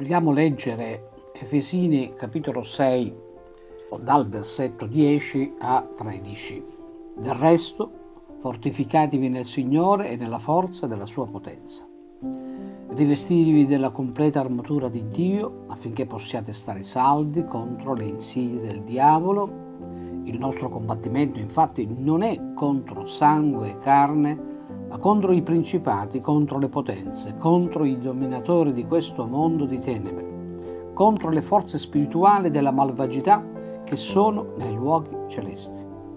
Vogliamo leggere Efesini capitolo 6 dal versetto 10 a 13. Del resto, fortificatevi nel Signore e nella forza della sua potenza. Rivestitevi della completa armatura di Dio affinché possiate stare saldi contro le insidie del diavolo. Il nostro combattimento infatti non è contro sangue e carne, ma contro i principati, contro le potenze, contro i dominatori di questo mondo di tenebre, contro le forze spirituali della malvagità che sono nei luoghi celesti.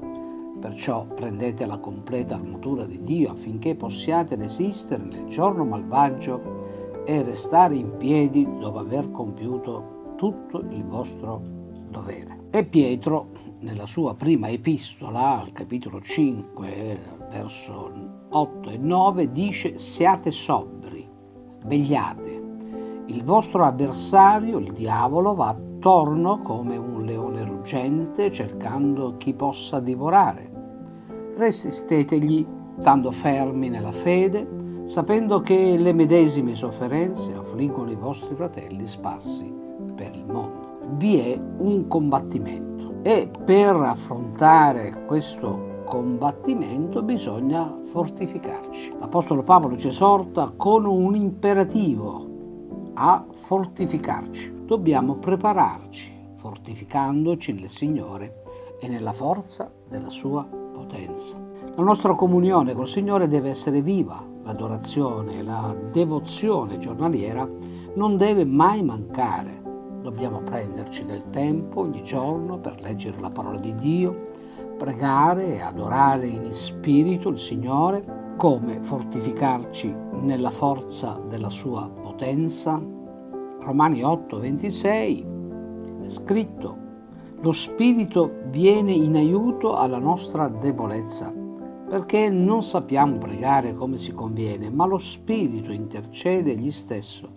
Perciò prendete la completa armatura di Dio affinché possiate resistere nel giorno malvagio e restare in piedi dopo aver compiuto tutto il vostro dovere. E Pietro, nella sua prima epistola, al capitolo 5, verso 8 e 9, dice: siate sobri, vegliate. Il vostro avversario, il diavolo, va attorno come un leone ruggente cercando chi possa divorare. Resistetegli, stando fermi nella fede, sapendo che le medesime sofferenze affliggono i vostri fratelli sparsi per il mondo. Vi è un combattimento e per affrontare questo combattimento bisogna fortificarci. L'Apostolo Paolo ci esorta con un imperativo a fortificarci. Dobbiamo prepararci, fortificandoci nel Signore e nella forza della sua potenza. La nostra comunione col Signore deve essere viva, l'adorazione e la devozione giornaliera non deve mai mancare. Dobbiamo prenderci del tempo ogni giorno per leggere la parola di Dio, pregare e adorare in spirito il Signore. Come fortificarci nella forza della sua potenza? Romani 8:26 è scritto: lo Spirito viene in aiuto alla nostra debolezza, perché non sappiamo pregare come si conviene, ma lo Spirito intercede egli stesso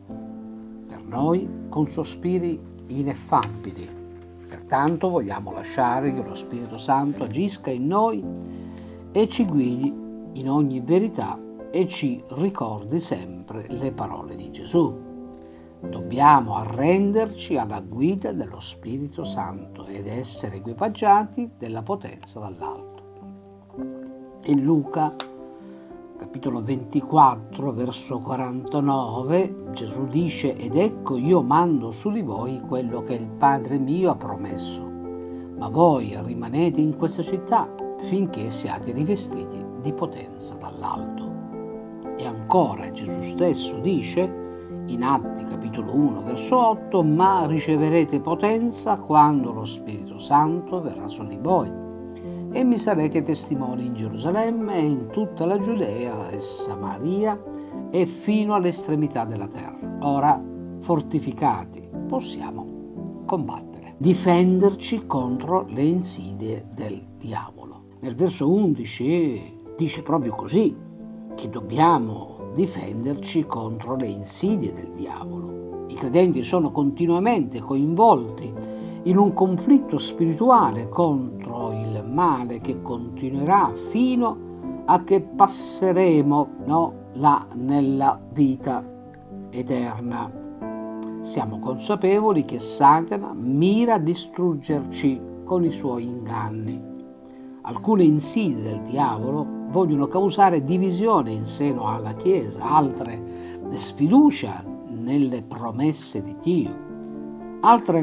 per noi con sospiri ineffabili. Pertanto vogliamo lasciare che lo Spirito Santo agisca in noi e ci guidi in ogni verità e ci ricordi sempre le parole di Gesù. Dobbiamo arrenderci alla guida dello Spirito Santo ed essere equipaggiati della potenza dall'alto. In Luca, capitolo 24, verso 49, Gesù dice: ed ecco io mando su di voi quello che il Padre mio ha promesso, ma voi rimanete in questa città finché siate rivestiti di potenza dall'alto. E ancora Gesù stesso dice in Atti capitolo 1 verso 8: ma riceverete potenza quando lo Spirito Santo verrà su di voi e mi sarete testimoni in Gerusalemme e in tutta la Giudea e Samaria e fino all'estremità della terra. Ora, fortificati, possiamo combattere, difenderci contro le insidie del diavolo. Nel verso 11 dice proprio così, che dobbiamo difenderci contro le insidie del diavolo. I credenti sono continuamente coinvolti in un conflitto spirituale contro il male che continuerà fino a che passeremo là nella vita eterna. Siamo consapevoli che Satana mira a distruggerci con i suoi inganni. Alcune insidie del diavolo vogliono causare divisione in seno alla Chiesa, altre sfiducia nelle promesse di Dio. Altre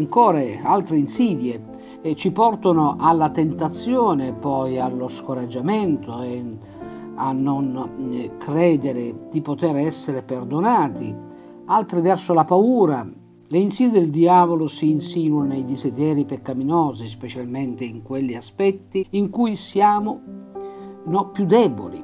insidie ci portano alla tentazione, poi allo scoraggiamento e a non credere di poter essere perdonati, altre verso la paura. Le insidie del diavolo si insinuano nei desideri peccaminosi, specialmente in quegli aspetti in cui siamo più deboli,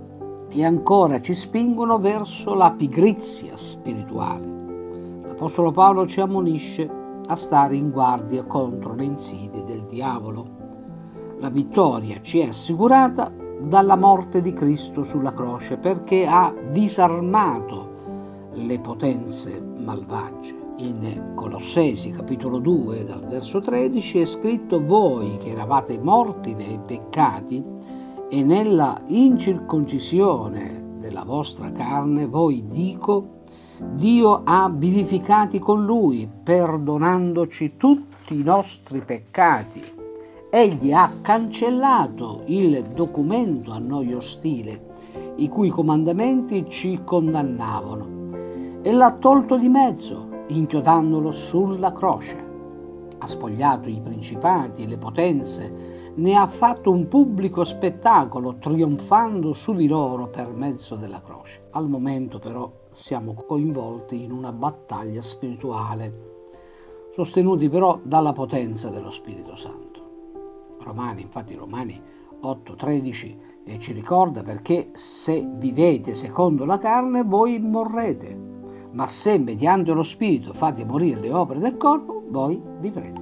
e ancora ci spingono verso la pigrizia spirituale. L'Apostolo Paolo ci ammonisce a stare in guardia contro le insidie del diavolo. La vittoria ci è assicurata dalla morte di Cristo sulla croce, perché ha disarmato le potenze malvagie. In Colossesi capitolo 2 dal verso 13 è scritto: voi che eravate morti nei peccati e nella incirconcisione della vostra carne, voi dico Dio ha vivificati con Lui, perdonandoci tutti i nostri peccati. Egli ha cancellato il documento a noi ostile, i cui comandamenti ci condannavano, e l'ha tolto di mezzo, inchiodandolo sulla croce. Ha spogliato i principati e le potenze, ne ha fatto un pubblico spettacolo, trionfando su di loro per mezzo della croce. Al momento però siamo coinvolti in una battaglia spirituale, sostenuti però dalla potenza dello Spirito Santo. Romani 8,13 ci ricorda: perché se vivete secondo la carne voi morrete, ma se mediante lo Spirito fate morire le opere del corpo voi vivrete.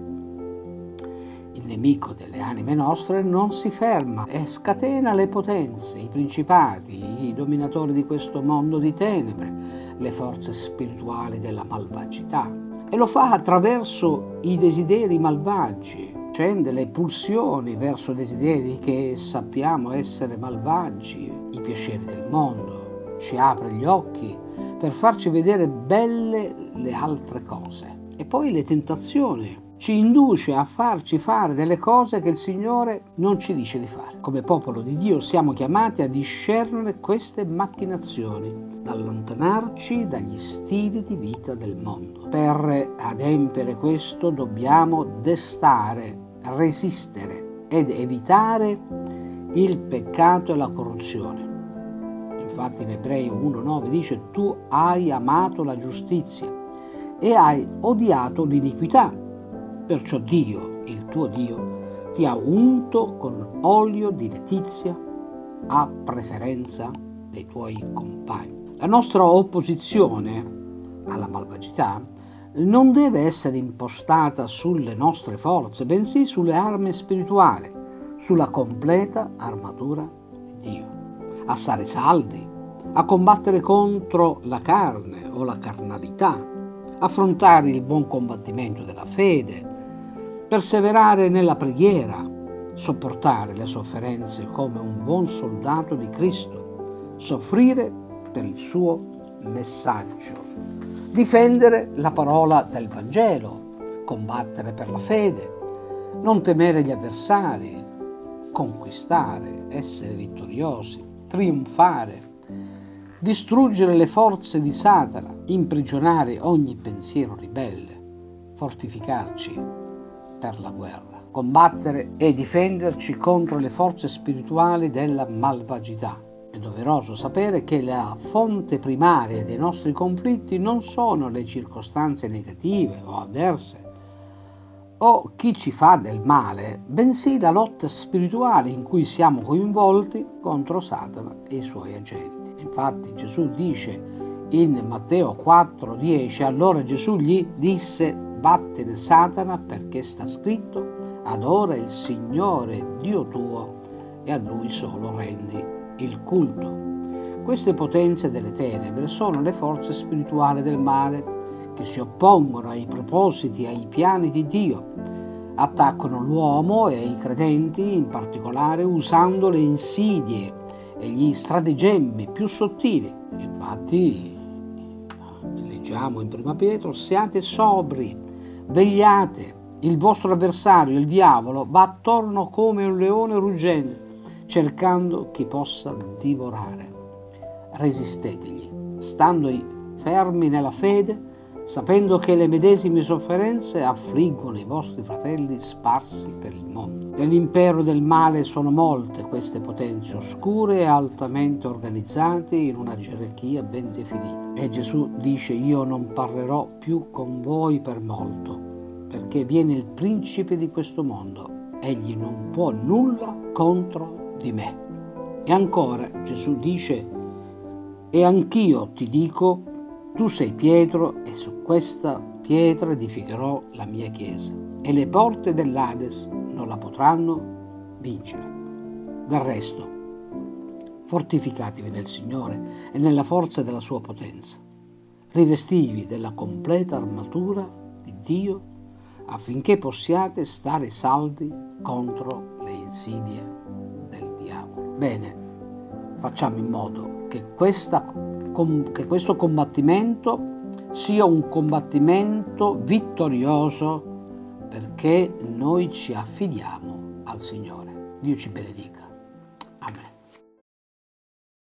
Il nemico delle anime nostre non si ferma e scatena le potenze, i principati, i dominatori di questo mondo di tenebre, le forze spirituali della malvagità, e lo fa attraverso i desideri malvagi. Scende le pulsioni verso desideri che sappiamo essere malvagi, i piaceri del mondo, ci apre gli occhi per farci vedere belle le altre cose. E poi le tentazioni ci induce a farci fare delle cose che il Signore non ci dice di fare. Come popolo di Dio siamo chiamati a discernere queste macchinazioni, ad allontanarci dagli stili di vita del mondo. Per adempiere questo dobbiamo destare, resistere ed evitare il peccato e la corruzione. Infatti in Ebrei 1,9 dice: tu hai amato la giustizia e hai odiato l'iniquità, perciò Dio, il tuo Dio, ti ha unto con olio di letizia a preferenza dei tuoi compagni. La nostra opposizione alla malvagità non deve essere impostata sulle nostre forze, bensì sulle armi spirituali, sulla completa armatura di Dio, a stare saldi, a combattere contro la carne o la carnalità, affrontare il buon combattimento della fede, perseverare nella preghiera, sopportare le sofferenze come un buon soldato di Cristo, soffrire per il suo messaggio, difendere la parola del Vangelo, combattere per la fede, non temere gli avversari, conquistare, essere vittoriosi, trionfare, distruggere le forze di Satana, imprigionare ogni pensiero ribelle, fortificarci per la guerra, combattere e difenderci contro le forze spirituali della malvagità. È doveroso sapere che la fonte primaria dei nostri conflitti non sono le circostanze negative o avverse o chi ci fa del male, bensì la lotta spirituale in cui siamo coinvolti contro Satana e i suoi agenti. Infatti Gesù dice in Matteo 4,10: allora Gesù gli disse: vattene Satana, perché sta scritto: adora il Signore Dio tuo e a Lui solo rendi il culto. Queste potenze delle tenebre sono le forze spirituali del male che si oppongono ai propositi e ai piani di Dio, attaccano l'uomo e i credenti in particolare usando le insidie e gli stratagemmi più sottili. Infatti leggiamo in Prima Pietro: siate sobri, vegliate, il vostro avversario, il diavolo, va attorno come un leone ruggente, cercando chi possa divorare. Resistetegli, stando fermi nella fede, sapendo che le medesime sofferenze affliggono i vostri fratelli sparsi per il mondo. Nell'impero del male sono molte queste potenze oscure e altamente organizzate in una gerarchia ben definita. E Gesù dice: io non parlerò più con voi per molto, perché viene il principe di questo mondo. Egli non può nulla contro di me. E ancora Gesù dice: e anch'io ti dico, tu sei Pietro, e su questa pietra edificherò la mia chiesa, e le porte dell'Ades non la potranno vincere. Del resto, fortificatevi nel Signore e nella forza della sua potenza. Rivestivi della completa armatura di Dio, affinché possiate stare saldi contro le insidie del diavolo. Bene, facciamo in modo che questa che questo combattimento sia un combattimento vittorioso, perché noi ci affidiamo al Signore. Dio ci benedica. Amen.